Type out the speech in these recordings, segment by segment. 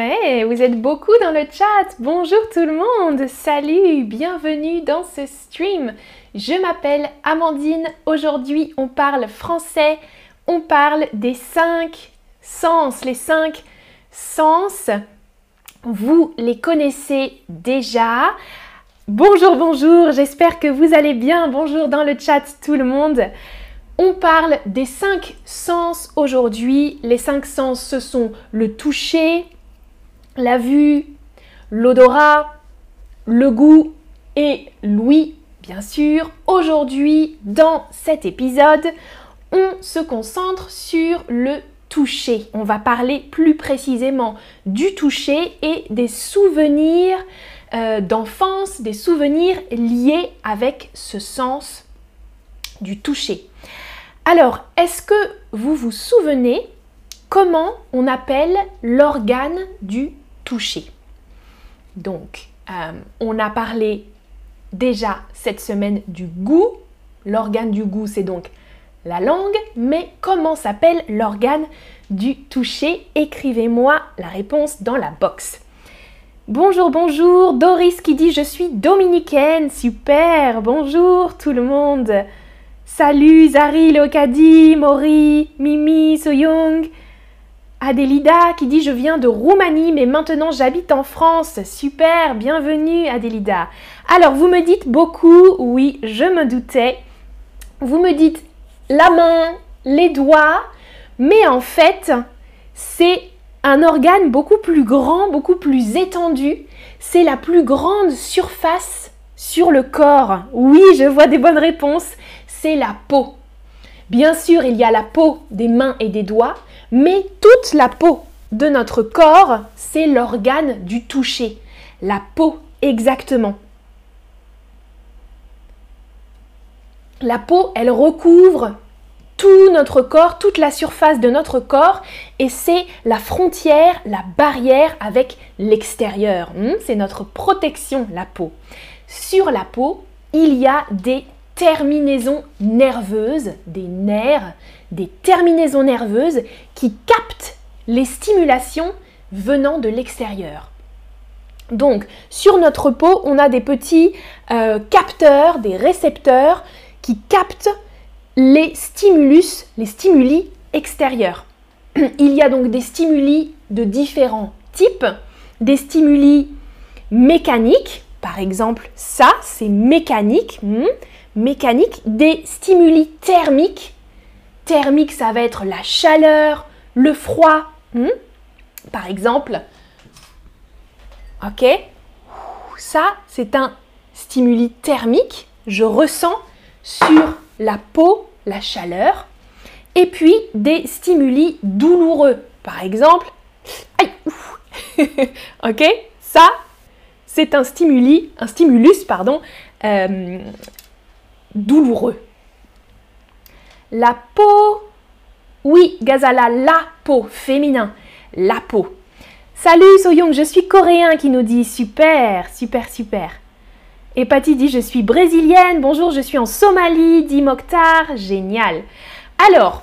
Ouais, vous êtes beaucoup dans le chat. Bonjour tout le monde. Salut, bienvenue dans ce stream. Je m'appelle Amandine. Aujourd'hui, on parle français. On parle des 5 sens. Les 5 sens, vous les connaissez déjà. Bonjour, bonjour. J'espère que vous allez bien. Bonjour dans le chat tout le monde. On parle des 5 sens aujourd'hui. Les 5 sens, ce sont le toucher, la vue, l'odorat, le goût et l'ouïe, bien sûr. Aujourd'hui, dans cet épisode, on se concentre sur le toucher. On va parler plus précisément du toucher et des souvenirs d'enfance, des souvenirs liés avec ce sens du toucher. Alors, est-ce que vous vous souvenez comment on appelle l'organe du toucher? Donc, on a parlé déjà cette semaine du goût. L'organe du goût, c'est donc la langue. Mais comment s'appelle l'organe du toucher? Écrivez-moi la réponse dans la box. Bonjour, bonjour. Doris qui dit « Je suis dominicaine ». Super. Bonjour tout le monde. Salut Zari, Leocadie, Maury, Mimi, Soyoung. Adélida qui dit « Je viens de Roumanie, mais maintenant j'habite en France ». Super, bienvenue Adélida. Alors, vous me dites beaucoup, oui, je me doutais. Vous me dites la main, les doigts, mais en fait, c'est un organe beaucoup plus grand, beaucoup plus étendu. C'est la plus grande surface sur le corps. Oui, je vois des bonnes réponses. C'est la peau. Bien sûr, il y a la peau des mains et des doigts, mais toute la peau de notre corps, c'est l'organe du toucher. La peau, exactement. La peau, elle recouvre tout notre corps, toute la surface de notre corps, et c'est la frontière, la barrière avec l'extérieur. C'est notre protection, la peau. Sur la peau, il y a des terminaisons nerveuses, des nerfs, des terminaisons nerveuses qui captent les stimulations venant de l'extérieur. Donc, sur notre peau, on a des petits capteurs, des récepteurs qui captent les stimuli extérieurs. Il y a donc des stimuli de différents types, des stimuli mécaniques, par exemple ça, c'est mécanique, des stimuli thermiques. Thermique, ça va être la chaleur, le froid, par exemple. Ok, ça, c'est un stimuli thermique. Je ressens sur la peau la chaleur. Et puis, des stimuli douloureux. Par exemple, aïe, ok, ça, c'est un stimulus, douloureux. La peau, oui, Gazala, la peau, féminin, la peau. Salut Soyoung, je suis coréen qui nous dit super, super, super. Et Patty dit je suis brésilienne, bonjour, je suis en Somalie, dit Mokhtar, génial. Alors,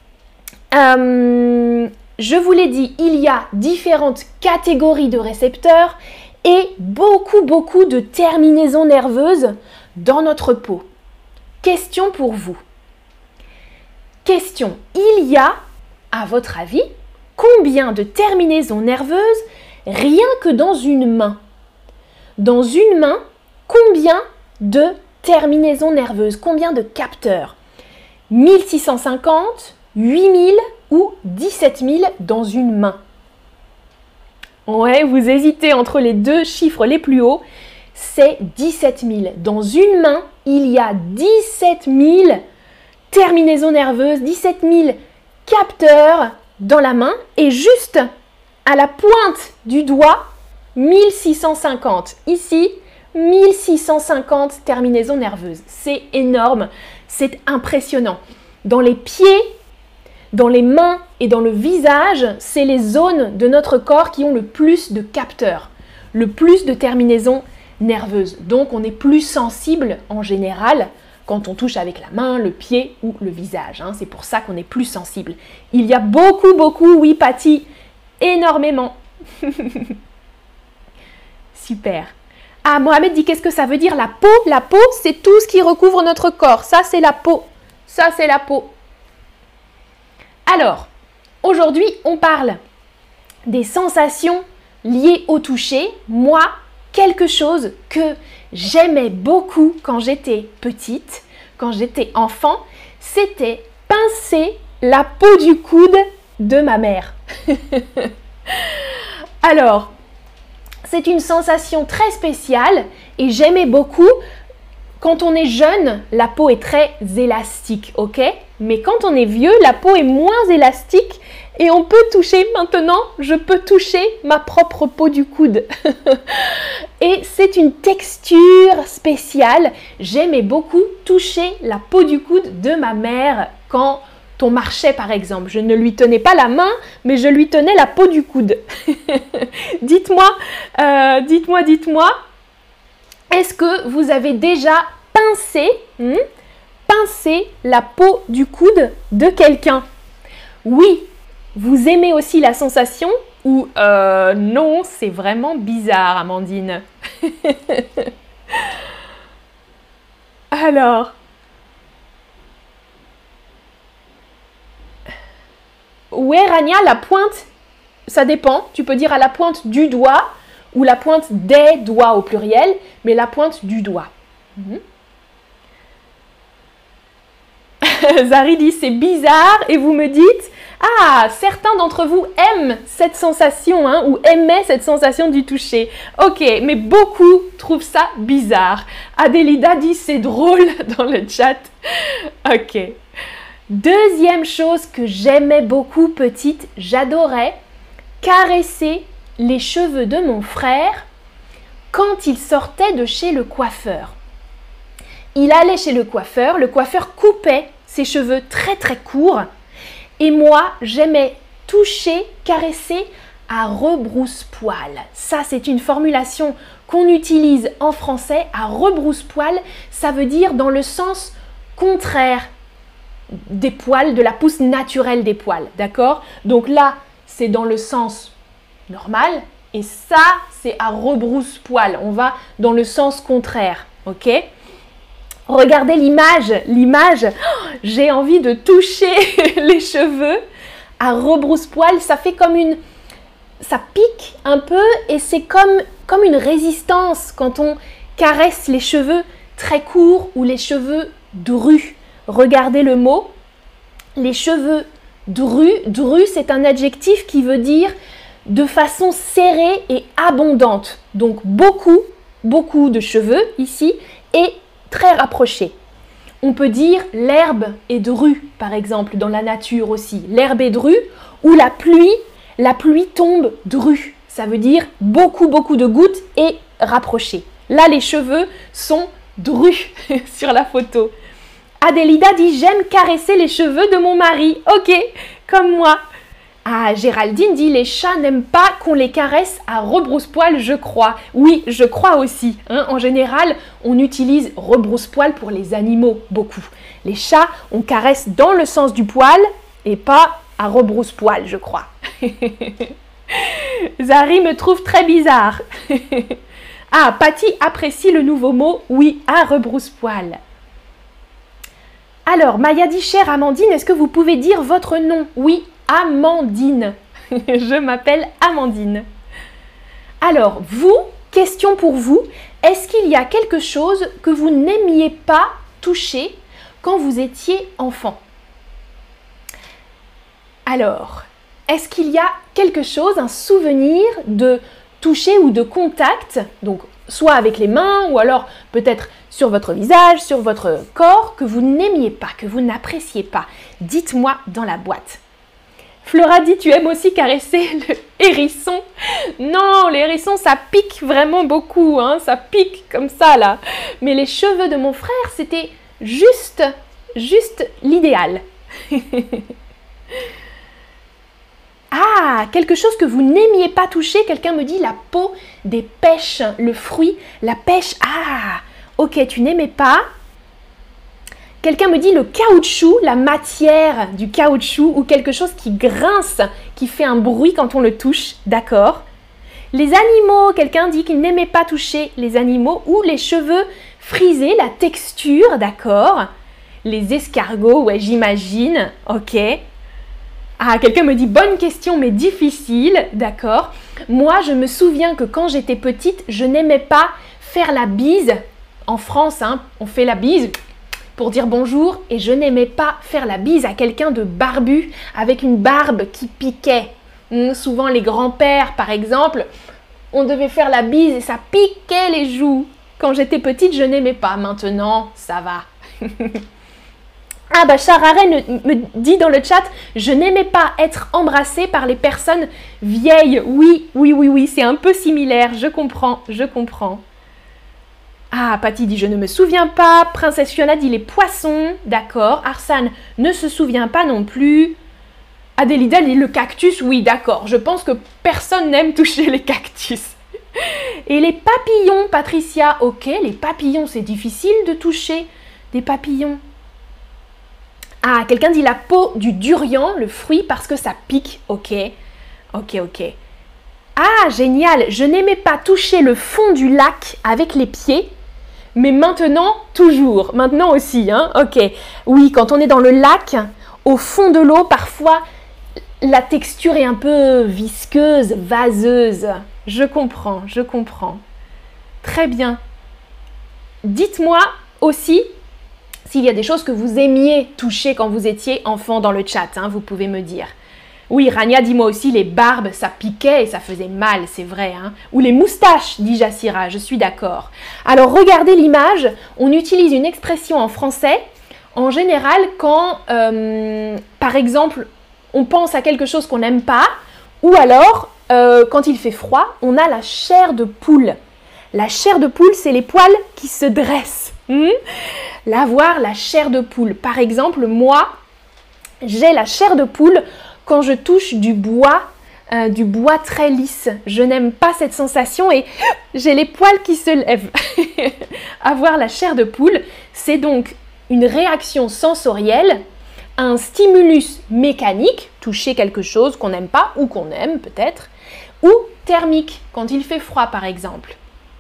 je vous l'ai dit, il y a différentes catégories de récepteurs et beaucoup de terminaisons nerveuses dans notre peau. Question pour vous. Question, il y a, à votre avis, combien de terminaisons nerveuses rien que dans une main? Dans une main, combien de terminaisons nerveuses? Combien de capteurs? 1650, 8000 ou 17 000 dans une main? Ouais, vous hésitez entre les deux chiffres les plus hauts. C'est 17 000. Dans une main, il y a 17 000 terminaisons nerveuses, 17 000 capteurs dans la main et juste à la pointe du doigt, 1650. Ici, 1650 terminaisons nerveuses. C'est énorme, c'est impressionnant. Dans les pieds, dans les mains et dans le visage, c'est les zones de notre corps qui ont le plus de capteurs, le plus de terminaisons nerveuses. Donc, on est plus sensible en général quand on touche avec la main, le pied ou le visage. C'est pour ça qu'on est plus sensible. Il y a beaucoup, oui, Patty, énormément. Super. Ah, Mohamed dit qu'est-ce que ça veut dire la peau? La peau, c'est tout ce qui recouvre notre corps. Ça, c'est la peau. Ça, c'est la peau. Alors, aujourd'hui, on parle des sensations liées au toucher. Moi, quelque chose que j'aimais beaucoup quand j'étais petite, quand j'étais enfant, c'était pincer la peau du coude de ma mère. Alors, c'est une sensation très spéciale et j'aimais beaucoup. Quand on est jeune, la peau est très élastique, ok? Mais quand on est vieux, la peau est moins élastique et on peut toucher, maintenant, je peux toucher ma propre peau du coude. Et c'est une texture spéciale. J'aimais beaucoup toucher la peau du coude de ma mère quand on marchait par exemple. Je ne lui tenais pas la main, mais je lui tenais la peau du coude. Dites-moi, est-ce que vous avez déjà pincé la peau du coude de quelqu'un? Oui, vous aimez aussi la sensation ou non, c'est vraiment bizarre, Amandine. Alors, ouais, Rania, la pointe, ça dépend. Tu peux dire à la pointe du doigt ou la pointe des doigts au pluriel, mais la pointe du doigt. Zari dit c'est bizarre et vous me dites ah, certains d'entre vous aiment cette sensation ou aimaient cette sensation du toucher. Ok, mais beaucoup trouvent ça bizarre. Adélida dit c'est drôle dans le chat. Ok. Deuxième chose que j'aimais beaucoup petite, j'adorais caresser les cheveux de mon frère quand il sortait de chez le coiffeur. Il allait chez le coiffeur coupait ses cheveux très très courts et moi j'aimais toucher, caresser à rebrousse-poil. Ça c'est une formulation qu'on utilise en français, à rebrousse-poil, ça veut dire dans le sens contraire des poils, de la pousse naturelle des poils, d'accord? Donc là c'est dans le sens normal et ça c'est à rebrousse-poil, on va dans le sens contraire, ok? Regardez l'image, j'ai envie de toucher les cheveux à rebrousse-poil, ça fait comme ça pique un peu et c'est comme une résistance quand on caresse les cheveux très courts ou les cheveux drus. Regardez le mot, les cheveux drus, c'est un adjectif qui veut dire de façon serrée et abondante, donc beaucoup de cheveux ici et très rapprochés. On peut dire l'herbe est drue, par exemple, dans la nature aussi. L'herbe est drue ou la pluie tombe drue. Ça veut dire beaucoup de gouttes et rapprochées. Là, les cheveux sont drus sur la photo. Adélida dit « J'aime caresser les cheveux de mon mari. » Ok, comme moi. Ah, Géraldine dit « Les chats n'aiment pas qu'on les caresse à rebrousse-poil, je crois. » Oui, je crois aussi. En général, on utilise rebrousse-poil pour les animaux, beaucoup. Les chats, on caresse dans le sens du poil et pas à rebrousse-poil, je crois. Zari me trouve très bizarre. Ah, Patty apprécie le nouveau mot « Oui, à rebrousse-poil ». Alors, Maya dit « Chère Amandine, est-ce que vous pouvez dire votre nom ?» Oui, Amandine. Je m'appelle Amandine. Alors, vous, question pour vous, est-ce qu'il y a quelque chose que vous n'aimiez pas toucher quand vous étiez enfant? Alors, est-ce qu'il y a quelque chose, un souvenir de toucher ou de contact, donc soit avec les mains ou alors peut-être sur votre visage, sur votre corps, que vous n'aimiez pas, que vous n'appréciez pas? Dites-moi dans la boîte. Flora dit, tu aimes aussi caresser le hérisson? Non, les hérissons, ça pique vraiment beaucoup, ça pique comme ça là. Mais les cheveux de mon frère, c'était juste l'idéal. Ah, quelque chose que vous n'aimiez pas toucher, quelqu'un me dit la peau des pêches, le fruit, la pêche. Ah, ok, tu n'aimais pas. Quelqu'un me dit le caoutchouc, la matière du caoutchouc ou quelque chose qui grince, qui fait un bruit quand on le touche. D'accord, Les animaux, quelqu'un dit qu'il n'aimait pas toucher les animaux ou les cheveux frisés, la texture, d'accord. Les escargots, ouais, j'imagine, ok. Ah, quelqu'un me dit bonne question mais difficile, d'accord. Moi, je me souviens que quand j'étais petite, je n'aimais pas faire la bise. En France, hein, on fait la bise pour dire bonjour et je n'aimais pas faire la bise à quelqu'un de barbu avec une barbe qui piquait. Souvent les grands-pères, par exemple, on devait faire la bise et ça piquait les joues. Quand j'étais petite, je n'aimais pas. Maintenant, ça va. Ah bah Chararé me dit dans le chat, je n'aimais pas être embrassée par les personnes vieilles. Oui, c'est un peu similaire, je comprends. Ah, Patty dit, je ne me souviens pas. Princesse Fiona dit les poissons, d'accord. Arsane ne se souvient pas non plus. Adélida dit le cactus, oui, d'accord. Je pense que personne n'aime toucher les cactus. Et les papillons, Patricia, ok, les papillons, c'est difficile de toucher des papillons. Ah, quelqu'un dit la peau du durian, le fruit, parce que ça pique. Ok. Ah, génial. Je n'aimais pas toucher le fond du lac avec les pieds, mais maintenant, toujours. Maintenant aussi, hein. Ok. Oui, quand on est dans le lac, au fond de l'eau, parfois, la texture est un peu visqueuse, vaseuse. Je comprends. Très bien. Dites-moi aussi s'il y a des choses que vous aimiez toucher quand vous étiez enfant dans le chat, hein, vous pouvez me dire. Oui, Rania, dis-moi aussi, les barbes, ça piquait et ça faisait mal, c'est vrai. Hein. Ou les moustaches, dit Jassira, je suis d'accord. Alors, regardez l'image, on utilise une expression en français, en général, quand, par exemple, on pense à quelque chose qu'on n'aime pas, ou alors, quand il fait froid, on a la chair de poule. La chair de poule, c'est les poils qui se dressent. L'avoir la chair de poule. Par exemple, moi, j'ai la chair de poule quand je touche du bois très lisse. Je n'aime pas cette sensation et j'ai les poils qui se lèvent. Avoir la chair de poule, c'est donc une réaction sensorielle à un stimulus mécanique, toucher quelque chose qu'on n'aime pas ou qu'on aime peut-être, ou thermique, quand il fait froid par exemple.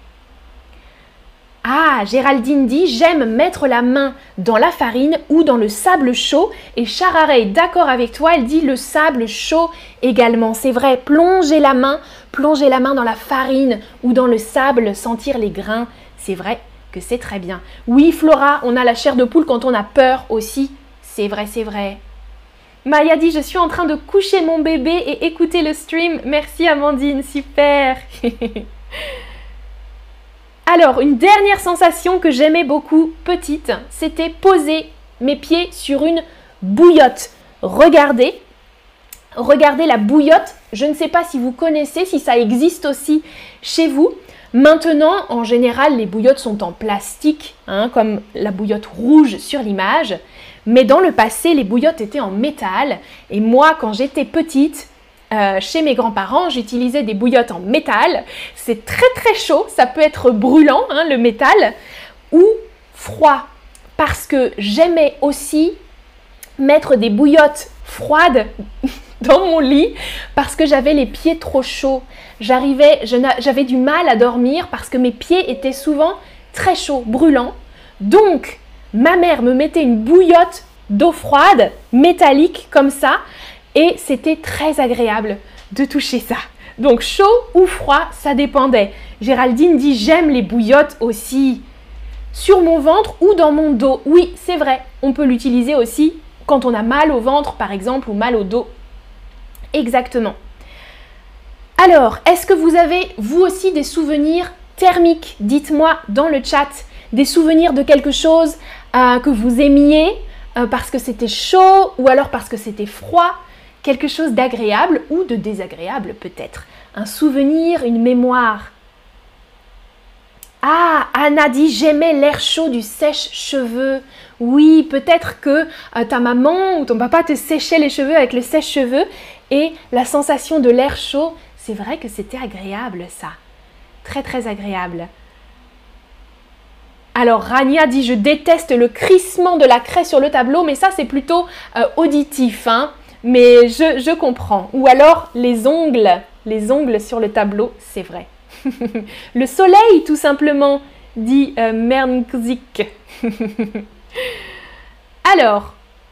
Ah, Géraldine dit, j'aime mettre la main dans la farine ou dans le sable chaud. Et Chararé est d'accord avec toi, elle dit le sable chaud également. C'est vrai, plonger la main dans la farine ou dans le sable, sentir les grains. C'est vrai que c'est très bien. Oui, Flora, on a la chair de poule quand on a peur aussi. C'est vrai. Maya dit, je suis en train de coucher mon bébé et écouter le stream. Merci Amandine, super. Alors, une dernière sensation que j'aimais beaucoup petite, c'était poser mes pieds sur une bouillotte. Regardez la bouillotte. Je ne sais pas si vous connaissez, si ça existe aussi chez vous. Maintenant, en général, les bouillottes sont en plastique, hein, comme la bouillotte rouge sur l'image. Mais dans le passé, les bouillottes étaient en métal. Et moi, quand j'étais petite, chez mes grands-parents, j'utilisais des bouillottes en métal. C'est très chaud, ça peut être brûlant, hein, le métal, ou froid. Parce que j'aimais aussi mettre des bouillottes froides dans mon lit parce que j'avais les pieds trop chauds. J'avais du mal à dormir parce que mes pieds étaient souvent très chauds, brûlants. Donc, ma mère me mettait une bouillotte d'eau froide, métallique, comme ça, et c'était très agréable de toucher ça. Donc chaud ou froid, ça dépendait. Géraldine dit j'aime les bouillottes aussi sur mon ventre ou dans mon dos. Oui, c'est vrai, on peut l'utiliser aussi quand on a mal au ventre par exemple ou mal au dos. Exactement. Alors, est-ce que vous avez vous aussi des souvenirs thermiques? Dites-moi dans le chat des souvenirs de quelque chose que vous aimiez parce que c'était chaud ou alors parce que c'était froid. Quelque chose d'agréable ou de désagréable peut-être. Un souvenir, une mémoire. Ah, Anna dit, j'aimais l'air chaud du sèche-cheveux. Oui, peut-être que ta maman ou ton papa te séchait les cheveux avec le sèche-cheveux et la sensation de l'air chaud, c'est vrai que c'était agréable ça. Très agréable. Alors, Rania dit, je déteste le crissement de la craie sur le tableau, mais ça c'est plutôt auditif, hein. mais je comprends. Ou alors les ongles sur le tableau, c'est vrai. Le soleil, tout simplement, dit Mernzik. Alors,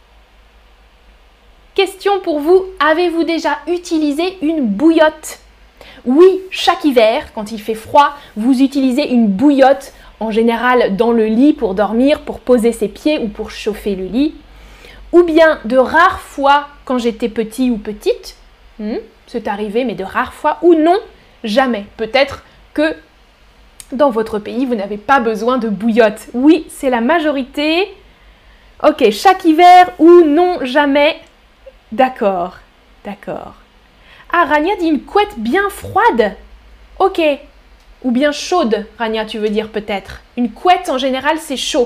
question pour vous, avez-vous déjà utilisé une bouillotte? Oui, chaque hiver, quand il fait froid, vous utilisez une bouillotte, en général dans le lit pour dormir, pour poser ses pieds ou pour chauffer le lit. Ou bien de rares fois, quand j'étais petit ou petite, c'est arrivé, mais de rares fois, ou non, jamais. Peut-être que dans votre pays, vous n'avez pas besoin de bouillotte. Oui, c'est la majorité. Ok, chaque hiver ou non, jamais. D'accord, d'accord. Ah, Rania dit une couette bien froide. Ok. Ou bien chaude, Rania, tu veux dire peut-être. Une couette, en général, c'est chaud.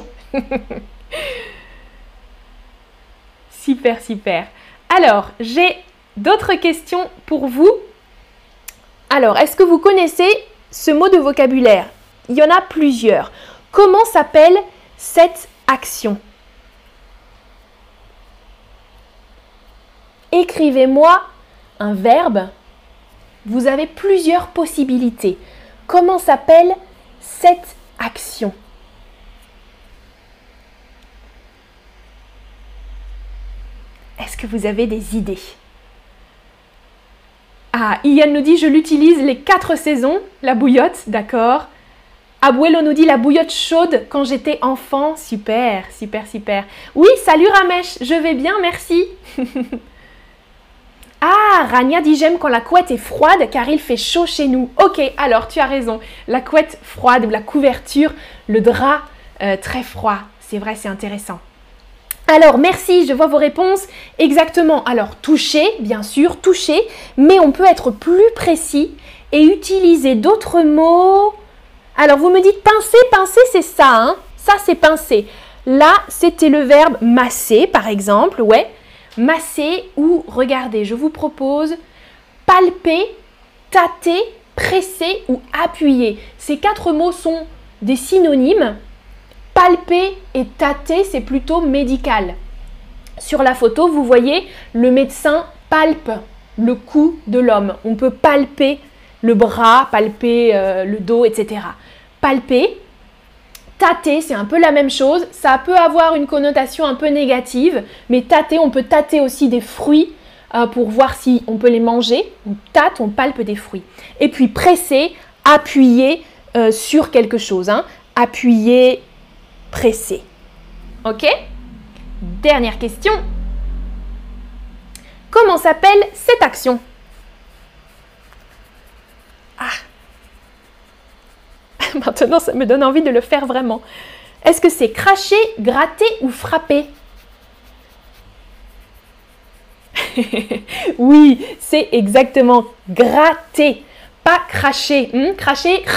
Super, super. Alors, j'ai d'autres questions pour vous. Alors, est-ce que vous connaissez ce mot de vocabulaire? Il y en a plusieurs. Comment s'appelle cette action? Écrivez-moi un verbe. Vous avez plusieurs possibilités. Comment s'appelle cette action? Est-ce que vous avez des idées? Ah, Ian nous dit, je l'utilise les 4 saisons, la bouillotte, d'accord. Abuelo nous dit la bouillotte chaude quand j'étais enfant. Super, super, super. Oui, salut Ramesh, je vais bien, merci. Ah, Rania dit j'aime quand la couette est froide car il fait chaud chez nous. Ok, alors tu as raison. La couette froide ou la couverture, le drap très froid. C'est vrai, c'est intéressant. Alors, merci, je vois vos réponses. Exactement. Alors, toucher, bien sûr, toucher, mais on peut être plus précis et utiliser d'autres mots. Alors, vous me dites pincer, pincer, c'est ça, hein? Ça, c'est pincer. Là, c'était le verbe masser, par exemple, ouais. Masser ou, regardez, je vous propose palper, tâter, presser ou appuyer. Ces 4 mots sont des synonymes. Palper et tâter, c'est plutôt médical. Sur la photo, vous voyez, le médecin palpe le cou de l'homme. On peut palper le bras, palper le dos, etc. Palper. Tâter, c'est un peu la même chose. Ça peut avoir une connotation un peu négative, mais tâter, on peut tâter aussi des fruits pour voir si on peut les manger. On tâte, on palpe des fruits. Et puis presser, appuyer sur quelque chose. Hein. Appuyer, presser. Ok? Dernière question. Comment s'appelle cette action? Ah! Maintenant, ça me donne envie de le faire vraiment. Est-ce que c'est cracher, gratter ou frapper? Oui, c'est exactement gratter, pas cracher. Cracher,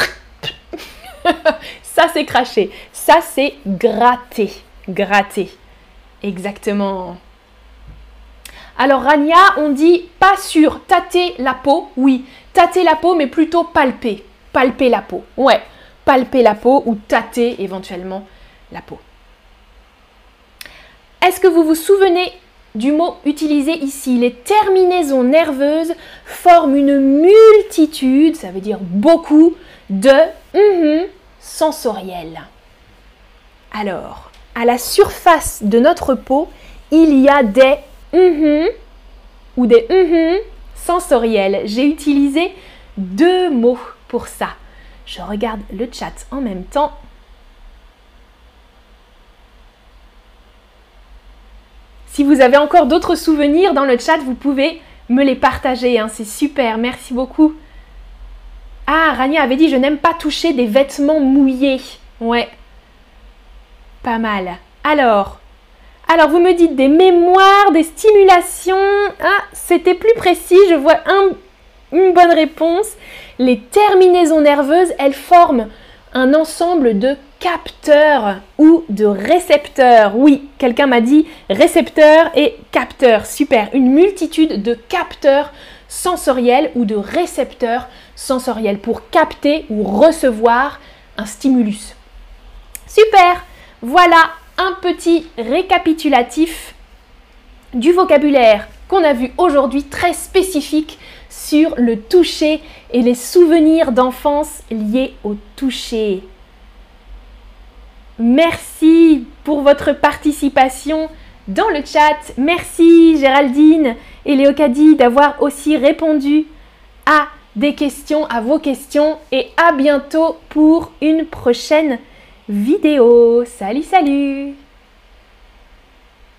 ça c'est cracher. Ça c'est gratter. Gratter. Exactement. Alors Rania, on dit pas sur tâter la peau. Oui, tâter la peau, mais plutôt palper. Palper la peau. Ouais. Palper la peau ou tâter éventuellement la peau. Est-ce que vous vous souvenez du mot utilisé ici? Les terminaisons nerveuses forment une multitude, ça veut dire beaucoup, de sensoriels. Alors, à la surface de notre peau, il y a des ou des sensoriels. J'ai utilisé 2 mots pour ça. Je regarde le chat en même temps. Si vous avez encore d'autres souvenirs dans le chat, vous pouvez me les partager. Hein, c'est super, merci beaucoup. Ah, Rania avait dit « Je n'aime pas toucher des vêtements mouillés ». Ouais, pas mal. Alors, vous me dites des mémoires, des stimulations. Ah, c'était plus précis, je vois une bonne réponse. Les terminaisons nerveuses, elles forment un ensemble de capteurs ou de récepteurs. Oui, quelqu'un m'a dit récepteurs et capteurs. Super, une multitude de capteurs sensoriels ou de récepteurs sensoriels pour capter ou recevoir un stimulus. Super, voilà un petit récapitulatif du vocabulaire qu'on a vu aujourd'hui, très spécifique sur le toucher et les souvenirs d'enfance liés au toucher. Merci pour votre participation dans le chat. Merci Géraldine et Léocadie d'avoir aussi répondu à des questions, à vos questions, et à bientôt pour une prochaine vidéo. Salut, salut!